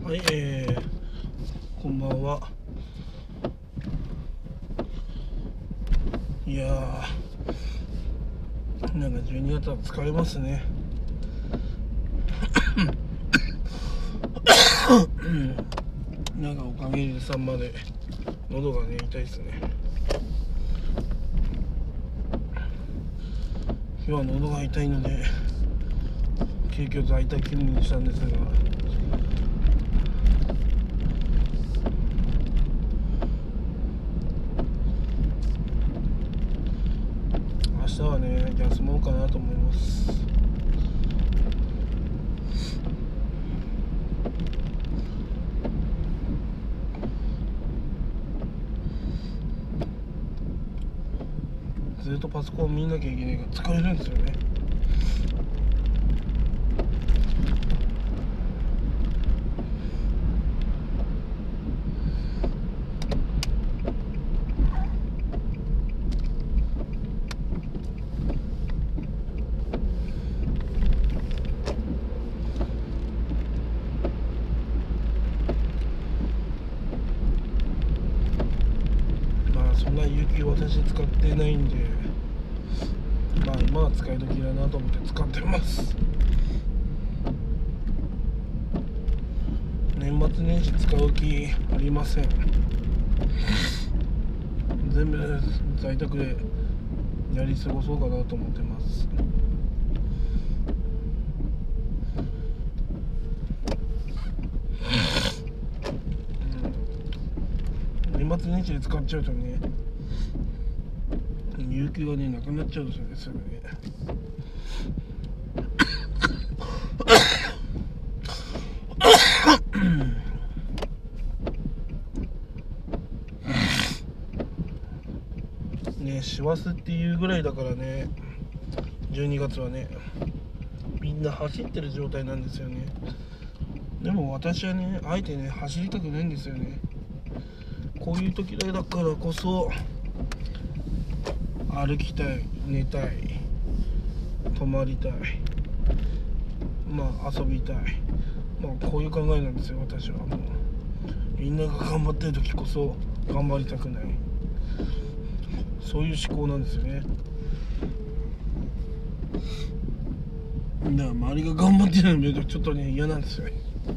はい、こんばんは。いやー、なんか12月は疲れますね。なんかおかげさまで喉がね痛いですね。今日は喉が痛いので急遽在宅勤務にしたんですが、明日はね休もうかなと思います。ずっとパソコン見なきゃいけないから疲れるんですよね。そんな有給私使ってないんで、今は使い時だなと思って使ってます。年末年始使う気ありません。全部在宅でやり過ごそうかなと思ってます。年末年始で使っちゃうとね、有給がねなくなっちゃうんですよね、すぐね。ね、師走っていうぐらいだからね、12月はねみんな走ってる状態なんですよね。でも私はねあえてね走りたくないんですよね。こういう時だからこそ歩きたい、寝たい、泊まりたい、遊びたい、こういう考えなんですよ。私はもうみんなが頑張ってる時こそ頑張りたくない、そういう思考なんですよね。だから周りが頑張ってるの見るとちょっとね嫌なんですよね。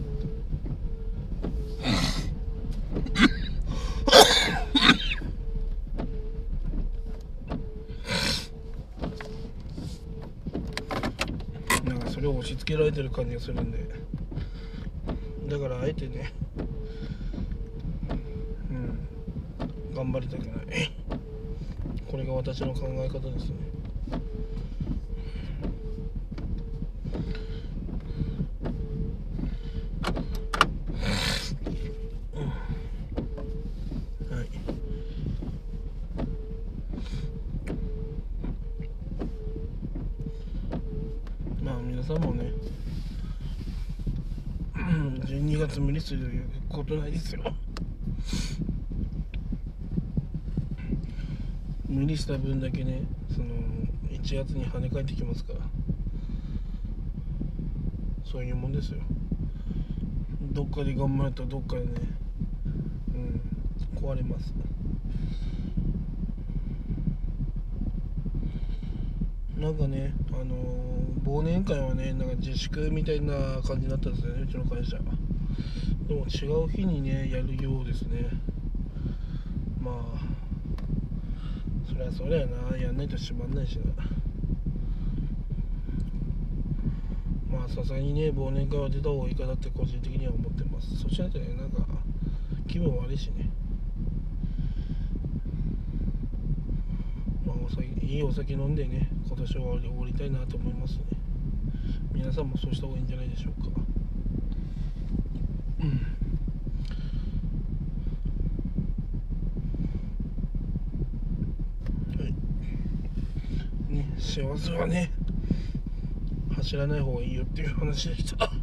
なんかそれを押し付けられてる感じがするんで、だからあえてね、頑張りたくない、これが私の考え方ですね。はい、皆さんもね、12月無理することないですよ。無理した分だけね、1月に跳ね返ってきますから、そういうもんですよ。どっかで頑張るとどっかでね、壊れます。なんかね、忘年会はね、なんか自粛みたいな感じになったんですよね、うちの会社。でも違う日にね、やるようですね。そりゃそうだよな、やんないとしまんないしな。さすがにね、忘年会は出た方がいいかなって個人的には思ってます。そうしないとね、なんか気分悪いしね。いいお酒飲んでね、今年は終わりたいなと思いますね。皆さんもそうした方がいいんじゃないでしょうか。はいね、幸せはね走らない方がいいよっていう話でした。